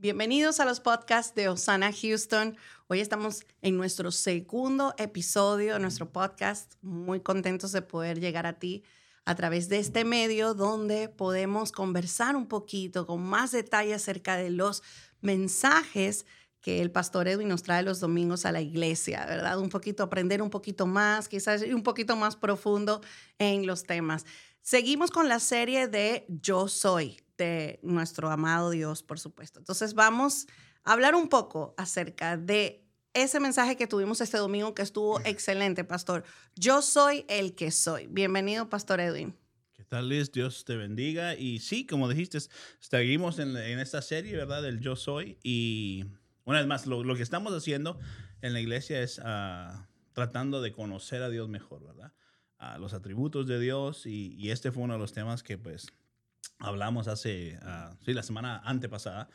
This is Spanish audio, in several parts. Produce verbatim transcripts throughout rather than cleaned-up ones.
Bienvenidos a los podcasts de Osana Houston. Hoy estamos en nuestro segundo episodio de nuestro podcast. Muy contentos de poder llegar a ti a través de este medio donde podemos conversar un poquito con más detalle acerca de los mensajes que el pastor Edwin nos trae los domingos a la iglesia, ¿verdad? Un poquito, aprender un poquito más, quizás un poquito más profundo en los temas. Seguimos con la serie de Yo Soy, de nuestro amado Dios, por supuesto. Entonces vamos a hablar un poco acerca de ese mensaje que tuvimos este domingo que estuvo excelente, pastor. Yo soy el que soy. Bienvenido, pastor Edwin. ¿Qué tal, Liz? Dios te bendiga. Y sí, como dijiste, seguimos en, en esta serie, ¿verdad? Del Yo Soy. Y una vez más, lo, lo que estamos haciendo en la iglesia es uh, tratando de conocer a Dios mejor, ¿verdad? Uh, los atributos de Dios. Y, y este fue uno de los temas que, pues, hablamos hace, uh, sí, la semana antepasada.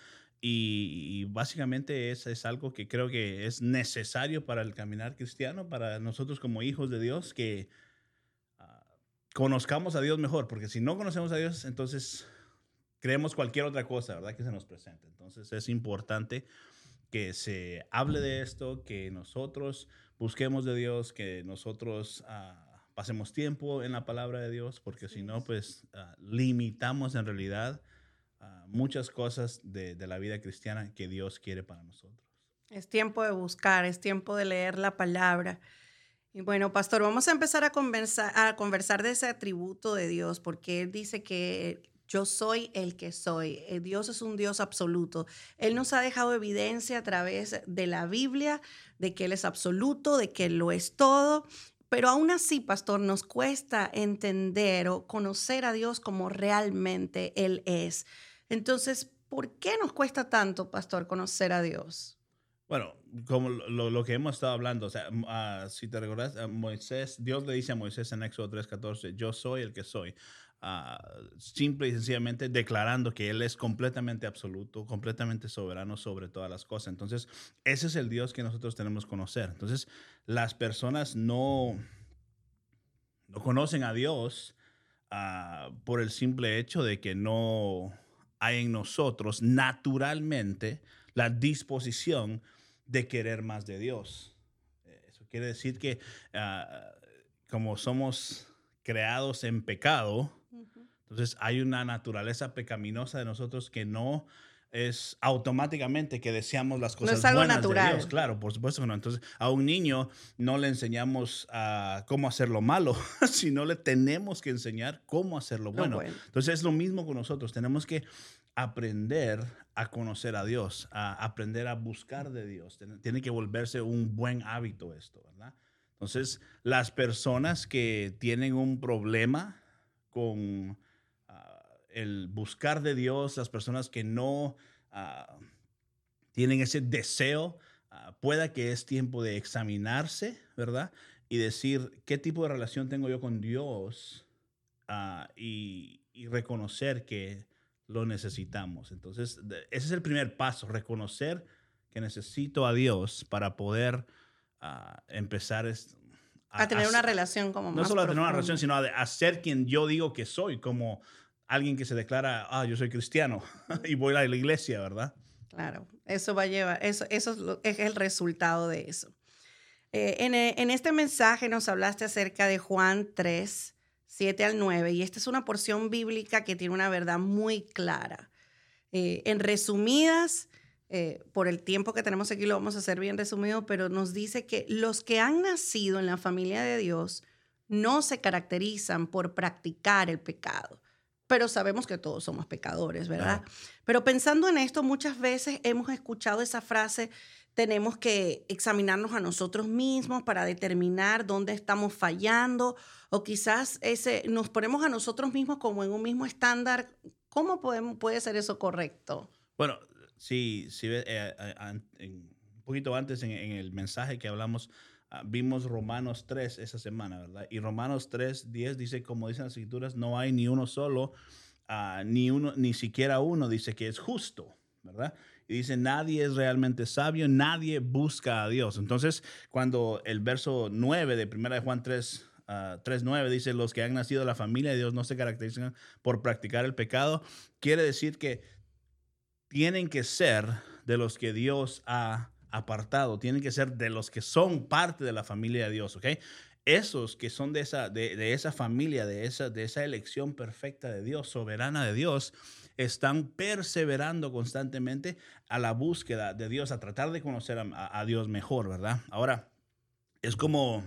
Y, y básicamente es, es algo que creo que es necesario para el caminar cristiano, para nosotros como hijos de Dios, que uh, conozcamos a Dios mejor, porque si no conocemos a Dios, entonces creemos cualquier otra cosa, ¿verdad? Que se nos presente. Entonces es importante que se hable de esto, que nosotros busquemos de Dios, que nosotros uh, pasemos tiempo en la palabra de Dios, porque si no, pues uh, limitamos en realidad Uh, muchas cosas de, de la vida cristiana que Dios quiere para nosotros. Es tiempo de buscar, es tiempo de leer la palabra. Y bueno, pastor, vamos a empezar a conversar, a conversar de ese atributo de Dios, porque Él dice que yo soy el que soy. Dios es un Dios absoluto. Él nos ha dejado evidencia a través de la Biblia de que Él es absoluto, de que Él lo es todo. Pero aún así, pastor, nos cuesta entender o conocer a Dios como realmente Él es. Entonces, ¿por qué nos cuesta tanto, pastor, conocer a Dios? Bueno, como lo, lo que hemos estado hablando, o sea, uh, si te recuerdas, uh, Moisés, Dios le dice a Moisés en Éxodo tres catorce, yo soy el que soy. Uh, simple y sencillamente declarando que Él es completamente absoluto, completamente soberano sobre todas las cosas. Entonces, ese es el Dios que nosotros tenemos que conocer. Entonces, las personas no, no conocen a Dios uh, por el simple hecho de que no hay en nosotros naturalmente la disposición de querer más de Dios. Eso quiere decir que uh, como somos creados en pecado, uh-huh. entonces hay una naturaleza pecaminosa de nosotros que no es automáticamente que deseamos las cosas no es algo buenas natural. de Dios. Claro, por supuesto que no. Entonces, a un niño no le enseñamos uh, cómo hacer lo malo, sino le tenemos que enseñar cómo hacer lo bueno. Lo bueno. Entonces, es lo mismo con nosotros. Tenemos que aprender a conocer a Dios, a aprender a buscar de Dios. Tiene que volverse un buen hábito esto, ¿verdad? Entonces, las personas que tienen un problema con el buscar de Dios, las personas que no uh, tienen ese deseo, uh, pueda que es tiempo de examinarse, ¿verdad? Y decir, ¿qué tipo de relación tengo yo con Dios? Uh, y, y reconocer que lo necesitamos. Entonces, ese es el primer paso, reconocer que necesito a Dios para poder uh, empezar a, a tener a, una relación como no más solo a profunda. tener una relación, sino a, a ser quien yo digo que soy, como alguien que se declara, ah, yo soy cristiano y voy a la iglesia, ¿verdad? Claro, eso va a llevar, eso, eso es, lo, es el resultado de eso. Eh, en, en este mensaje nos hablaste acerca de Juan tres, siete al nueve, y esta es una porción bíblica que tiene una verdad muy clara. Eh, en resumidas, eh, por el tiempo que tenemos aquí lo vamos a hacer bien resumido, pero nos dice que los que han nacido en la familia de Dios no se caracterizan por practicar el pecado. Pero sabemos que todos somos pecadores, ¿verdad? Claro. Pero pensando en esto, muchas veces hemos escuchado esa frase, tenemos que examinarnos a nosotros mismos para determinar dónde estamos fallando, o quizás ese, nos ponemos a nosotros mismos como en un mismo estándar. ¿Cómo podemos, puede ser eso correcto? Bueno, sí, sí eh, eh, en, un poquito antes en, en el mensaje que hablamos, Uh, vimos Romanos tres esa semana, ¿verdad? Y Romanos tres, diez dice, como dicen las escrituras, no hay ni uno solo, uh, ni uno, ni siquiera uno, dice que es justo, ¿verdad? Y dice, nadie es realmente sabio, nadie busca a Dios. Entonces, cuando el verso nueve de primera de Juan tres, uh, tres nueve dice, los que han nacido de la familia de Dios no se caracterizan por practicar el pecado, quiere decir que tienen que ser de los que Dios ha apartado, tienen que ser de los que son parte de la familia de Dios, ¿ok? Esos que son de esa, de, de esa familia, de esa, de esa elección perfecta de Dios, soberana de Dios, están perseverando constantemente a la búsqueda de Dios, a tratar de conocer a, a Dios mejor, ¿verdad? Ahora, es como,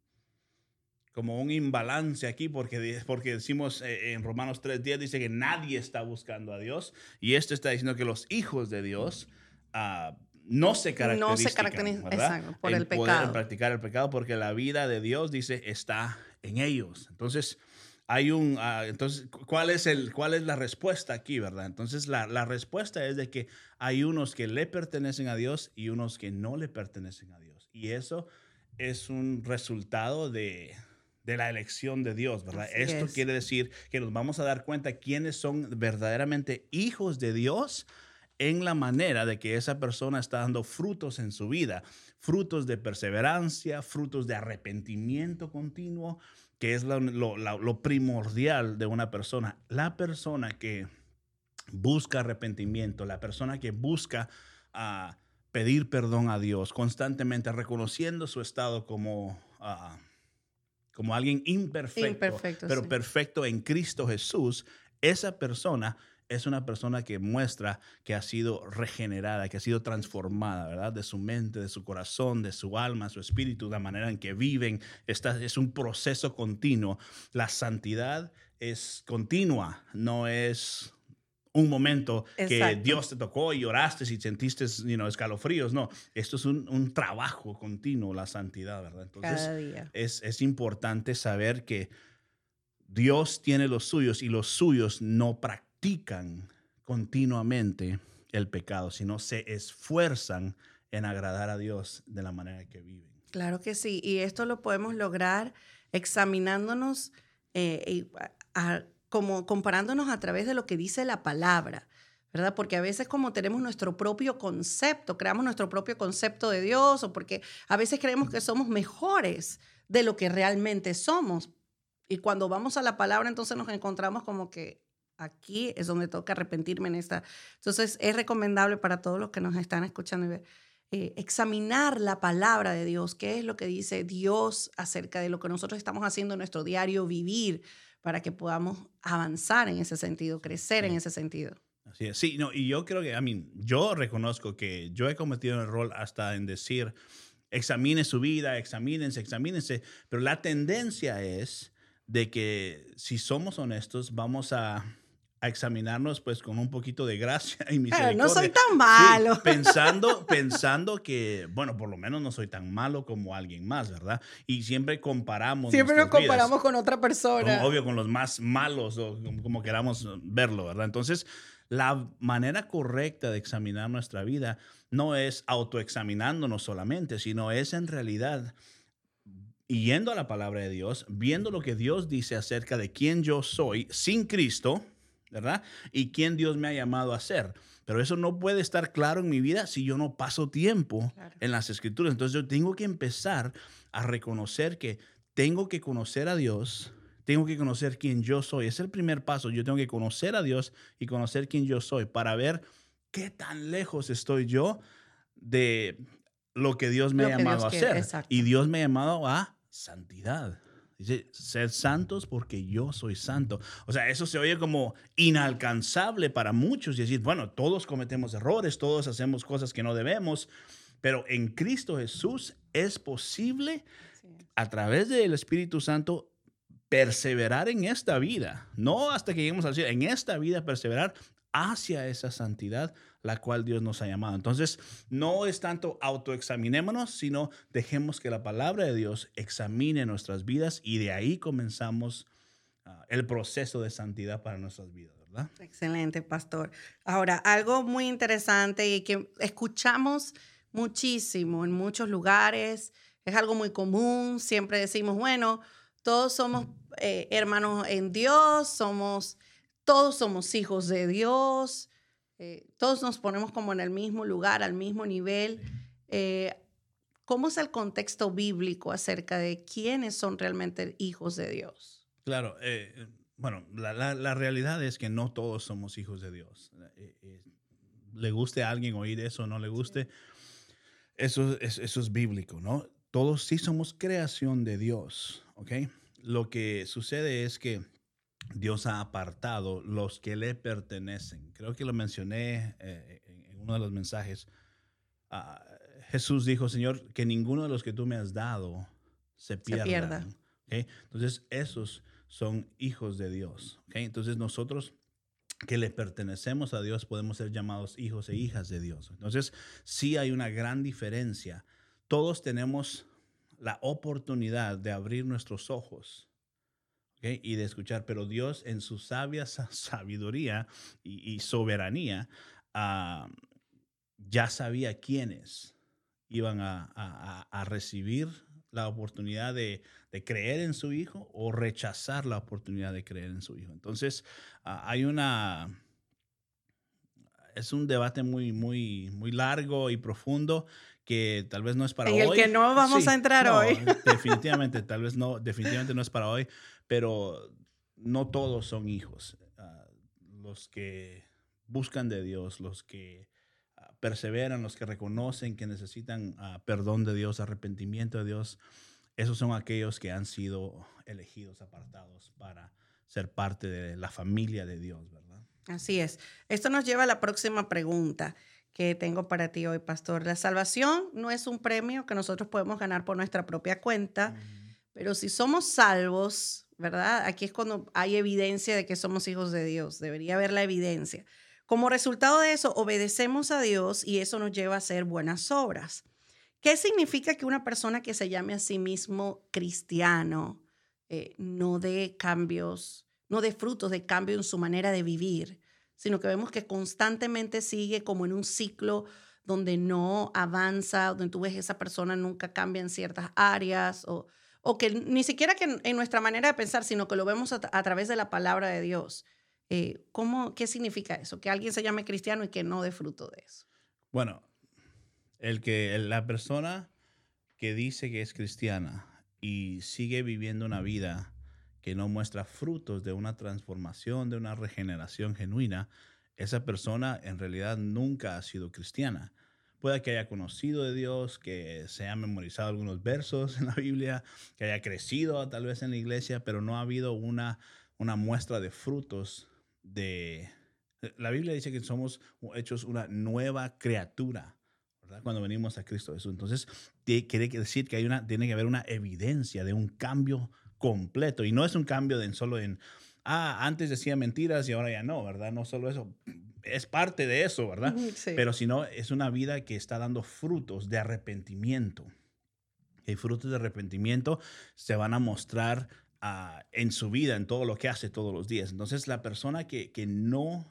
como un imbalance aquí porque, porque decimos eh, en Romanos tres diez dice que nadie está buscando a Dios y esto está diciendo que los hijos de Dios uh, no se caracterizan, no se caracteriza, exacto, por en el poder pecado. practicar el pecado porque la vida de Dios dice está en ellos. Entonces, hay un, uh, entonces, ¿cuál es, el, ¿cuál es la respuesta aquí, verdad? Entonces, la, la respuesta es de que hay unos que le pertenecen a Dios y unos que no le pertenecen a Dios. Y eso es un resultado de, de la elección de Dios, ¿verdad? Así Esto es. quiere decir que nos vamos a dar cuenta quiénes son verdaderamente hijos de Dios en la manera de que esa persona está dando frutos en su vida, frutos de perseverancia, frutos de arrepentimiento continuo, que es lo, lo, lo primordial de una persona. La persona que busca arrepentimiento, la persona que busca uh, pedir perdón a Dios constantemente, reconociendo su estado como, uh, como alguien imperfecto, Imperfecto, pero sí. perfecto en Cristo Jesús, esa persona es una persona que muestra que ha sido regenerada, que ha sido transformada, ¿verdad? De su mente, de su corazón, de su alma, su espíritu, la manera en que viven. Esta es un proceso continuo. La santidad es continua, no es un momento que Exacto. Dios te tocó y lloraste y sentiste you know, escalofríos. No, esto es un, un trabajo continuo, la santidad, ¿verdad? Entonces, Cada día. Es, es importante saber que Dios tiene los suyos y los suyos no practican continuamente el pecado, sino se esfuerzan en agradar a Dios de la manera que viven. Claro que sí, y esto lo podemos lograr examinándonos, eh, y a- a- como comparándonos a través de lo que dice la palabra, ¿verdad? Porque a veces como tenemos nuestro propio concepto, creamos nuestro propio concepto de Dios, o porque a veces creemos que somos mejores de lo que realmente somos. Y cuando vamos a la palabra, entonces nos encontramos como que aquí es donde toca arrepentirme en esta. Entonces es recomendable para todos los que nos están escuchando y ver, eh, examinar la palabra de Dios, qué es lo que dice Dios acerca de lo que nosotros estamos haciendo en nuestro diario vivir para que podamos avanzar en ese sentido, crecer en Sí. ese sentido. Así es. Sí, no, y yo creo que, I mean, yo reconozco que yo he cometido un error hasta en decir, examine su vida, examínense, examínense, pero la tendencia es de que si somos honestos, vamos a, a examinarnos pues con un poquito de gracia y Eh, no soy misericordia. tan malo. Sí, pensando, pensando que, bueno, por lo menos no soy tan malo como alguien más, ¿verdad? Y siempre comparamos Siempre nos nuestras vidas. comparamos con otra Con- persona. obvio, con los más malos o como, como queramos verlo, ¿verdad? Entonces, la manera correcta de examinar nuestra vida no es autoexaminándonos solamente, sino es en realidad yendo a la palabra de Dios, viendo lo que Dios dice acerca de quién yo soy sin Cristo, ¿verdad? Y quién Dios me ha llamado a ser. Pero eso no puede estar claro en mi vida si yo no paso tiempo Claro. en las Escrituras. Entonces yo tengo que empezar a reconocer que tengo que conocer a Dios, tengo que conocer quién yo soy. Es el primer paso. Yo tengo que conocer a Dios y conocer quién yo soy para ver qué tan lejos estoy yo de lo que Dios me ha Lo que llamado Dios a quiere, hacer. exacto. Y Dios me ha llamado a santidad. Dice, sed santos porque yo soy santo. O sea, eso se oye como inalcanzable para muchos y decir, bueno, todos cometemos errores, todos hacemos cosas que no debemos, pero en Cristo Jesús es posible Así es. a través del Espíritu Santo perseverar en esta vida, no hasta que lleguemos al cielo, en esta vida perseverar hacia esa santidad la cual Dios nos ha llamado. Entonces, no es tanto autoexaminémonos, sino dejemos que la palabra de Dios examine nuestras vidas y de ahí comenzamos uh, el proceso de santidad para nuestras vidas, ¿verdad? Excelente, pastor. Ahora, algo muy interesante y que escuchamos muchísimo en muchos lugares, es algo muy común, siempre decimos, bueno, todos somos eh, hermanos en Dios, somos, todos somos hijos de Dios, eh, todos nos ponemos como en el mismo lugar, al mismo nivel. Eh, ¿Cómo es el contexto bíblico acerca de quiénes son realmente hijos de Dios? Claro, eh, bueno, la, la, la realidad es que no todos somos hijos de Dios. Eh, eh, le guste a alguien oír eso o no le guste, eso es, eso es bíblico, ¿no? Todos sí somos creación de Dios, ¿ok? Lo que sucede es que Dios ha apartado los que le pertenecen. Creo que lo mencioné eh, en, en uno de los mensajes. Ah, Jesús dijo, Señor, que ninguno de los que tú me has dado se Se pierda. pierdan. ¿Okay? Entonces, esos son hijos de Dios. ¿Okay? Entonces, nosotros que le pertenecemos a Dios podemos ser llamados hijos e hijas de Dios. Entonces, sí hay una gran diferencia. Todos tenemos la oportunidad de abrir nuestros ojos, ¿okay? Y de escuchar, pero Dios en su sabia sabiduría y, y soberanía uh, ya sabía quiénes iban a, a, a recibir la oportunidad de, de creer en su hijo o rechazar la oportunidad de creer en su hijo. Entonces, uh, hay una... Es un debate muy, muy, muy largo y profundo que tal vez no es para en hoy. En el que no vamos sí, a entrar no, hoy. definitivamente, tal vez no, definitivamente no es para hoy, pero no todos son hijos. Uh, los que buscan de Dios, los que uh, perseveran, los que reconocen que necesitan uh, perdón de Dios, arrepentimiento de Dios, esos son aquellos que han sido elegidos, apartados para ser parte de la familia de Dios, ¿verdad? Así es. Esto nos lleva a la próxima pregunta que tengo para ti hoy, pastor. La salvación no es un premio que nosotros podemos ganar por nuestra propia cuenta, uh-huh. Pero si somos salvos, ¿verdad? Aquí es cuando hay evidencia de que somos hijos de Dios. Debería haber la evidencia. Como resultado de eso, obedecemos a Dios y eso nos lleva a hacer buenas obras. ¿Qué significa que una persona que se llame a sí mismo cristiano eh, no dé cambios, no dé frutos de cambio en su manera de vivir, sino que vemos que constantemente sigue como en un ciclo donde no avanza, donde tú ves que esa persona nunca cambia en ciertas áreas, o, o que ni siquiera que en, en nuestra manera de pensar, sino que lo vemos a, a través de la palabra de Dios? Eh, ¿cómo, ¿Qué significa eso? Que alguien se llame cristiano y que no dé fruto de eso. Bueno, el que la persona que dice que es cristiana y sigue viviendo una vida que no muestra frutos de una transformación, de una regeneración genuina, esa persona en realidad nunca ha sido cristiana. Puede que haya conocido de Dios, que se haya memorizado algunos versos en la Biblia, que haya crecido tal vez en la iglesia, pero no ha habido una, una muestra de frutos de... La Biblia dice que somos hechos una nueva criatura, ¿verdad? Cuando venimos a Cristo Jesús. Entonces, quiere decir que hay una, tiene que haber una evidencia de un cambio completo. Y no es un cambio de en solo en, ah, antes decía mentiras y ahora ya no, ¿verdad? No solo eso, es parte de eso, ¿verdad? Sí. Pero sino es una vida que está dando frutos de arrepentimiento. Y frutos de arrepentimiento se van a mostrar uh, en su vida, en todo lo que hace todos los días. Entonces, la persona que, que no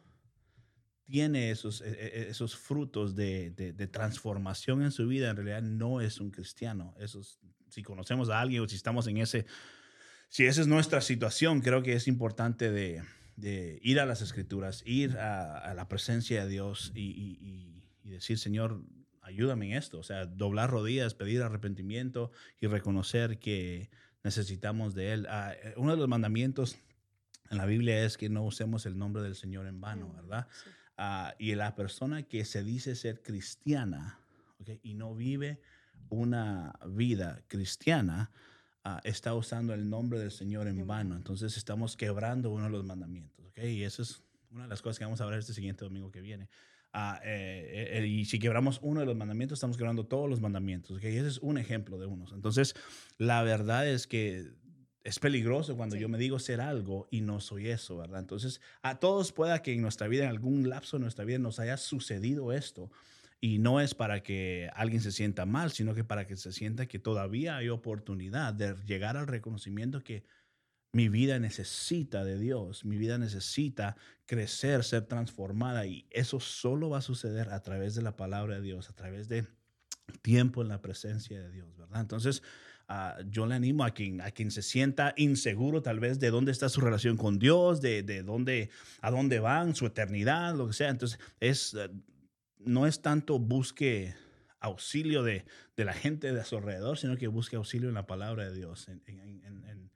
tiene esos, esos frutos de, de, de transformación en su vida, en realidad no es un cristiano. Eso es, si conocemos a alguien o si estamos en ese... Si esa es nuestra situación, creo que es importante de, de ir a las Escrituras, ir a, a la presencia de Dios y, y, y decir, Señor, ayúdame en esto. O sea, doblar rodillas, pedir arrepentimiento y reconocer que necesitamos de Él. Uh, uno de los mandamientos en la Biblia es que no usemos el nombre del Señor en vano, ¿verdad? Sí. Uh, y la persona que se dice ser cristiana, ¿okay? Y no vive una vida cristiana, Uh, está usando el nombre del Señor en vano. Entonces estamos quebrando uno de los mandamientos, ¿ok? Y eso es una de las cosas que vamos a hablar este siguiente domingo que viene. Uh, eh, eh, y si quebramos uno de los mandamientos, estamos quebrando todos los mandamientos, ¿ok? Y ese es un ejemplo de unos. Entonces, la verdad es que es peligroso cuando sí. yo me digo ser algo y no soy eso, ¿verdad? Entonces, a todos pueda que en nuestra vida, en algún lapso de nuestra vida, nos haya sucedido esto. Y no es para que alguien se sienta mal, sino que para que se sienta que todavía hay oportunidad de llegar al reconocimiento que mi vida necesita de Dios, mi vida necesita crecer, ser transformada, y eso solo va a suceder a través de la palabra de Dios, a través de tiempo en la presencia de Dios, ¿verdad? Entonces, uh, yo le animo a quien, a quien se sienta inseguro tal vez de dónde está su relación con Dios, de, de dónde, a dónde van, su eternidad, lo que sea. Entonces, es... Uh, no es tanto busque auxilio de, de la gente de a su alrededor, sino que busque auxilio en la palabra de Dios, en, en, en, en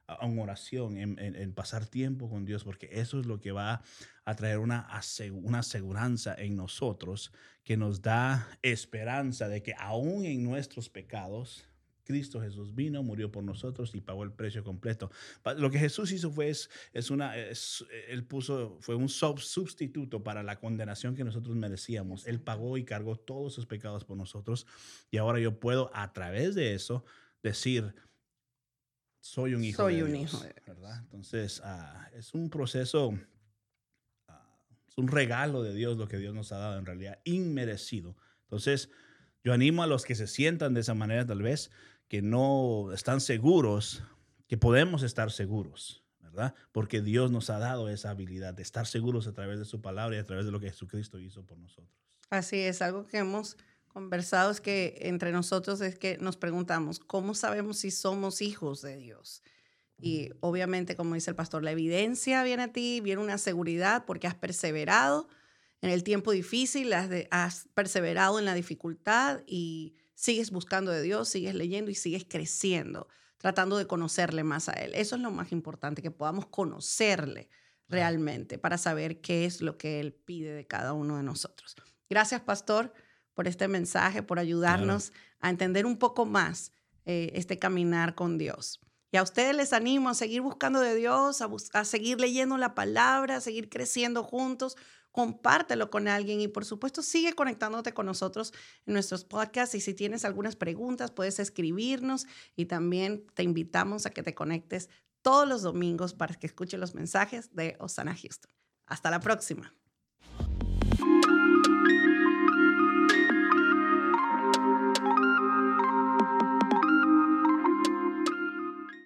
en oración, en, en, en pasar tiempo con Dios, porque eso es lo que va a traer una, una aseguranza en nosotros que nos da esperanza de que aún en nuestros pecados, Cristo Jesús vino, murió por nosotros y pagó el precio completo. Lo que Jesús hizo fue, es, es una, es, él puso, fue un sustituto para la condenación que nosotros merecíamos. Él pagó y cargó todos sus pecados por nosotros. Y ahora yo puedo, a través de eso, decir, soy un hijo soy de un Dios. Hijo de Dios. ¿Verdad? Entonces, uh, es un proceso, uh, es un regalo de Dios lo que Dios nos ha dado, en realidad, inmerecido. Entonces, yo animo a los que se sientan de esa manera, tal vez, que no están seguros, que podemos estar seguros, ¿verdad? Porque Dios nos ha dado esa habilidad de estar seguros a través de su palabra y a través de lo que Jesucristo hizo por nosotros. Así es, algo que hemos conversado es que entre nosotros es que nos preguntamos, ¿cómo sabemos si somos hijos de Dios? Y obviamente, como dice el pastor, la evidencia viene a ti, viene una seguridad porque has perseverado en el tiempo difícil, has, de, has perseverado en la dificultad y sigues buscando de Dios, sigues leyendo y sigues creciendo, tratando de conocerle más a Él. Eso es lo más importante, que podamos conocerle realmente para saber qué es lo que Él pide de cada uno de nosotros. Gracias, pastor, por este mensaje, por ayudarnos claro. a entender un poco más eh, este caminar con Dios. Y a ustedes les animo a seguir buscando de Dios, a, bus- a seguir leyendo la palabra, a seguir creciendo juntos. Compártelo con alguien y, por supuesto, sigue conectándote con nosotros en nuestros podcasts. Y si tienes algunas preguntas, puedes escribirnos y también te invitamos a que te conectes todos los domingos para que escuches los mensajes de Hosanna Houston. Hasta la próxima.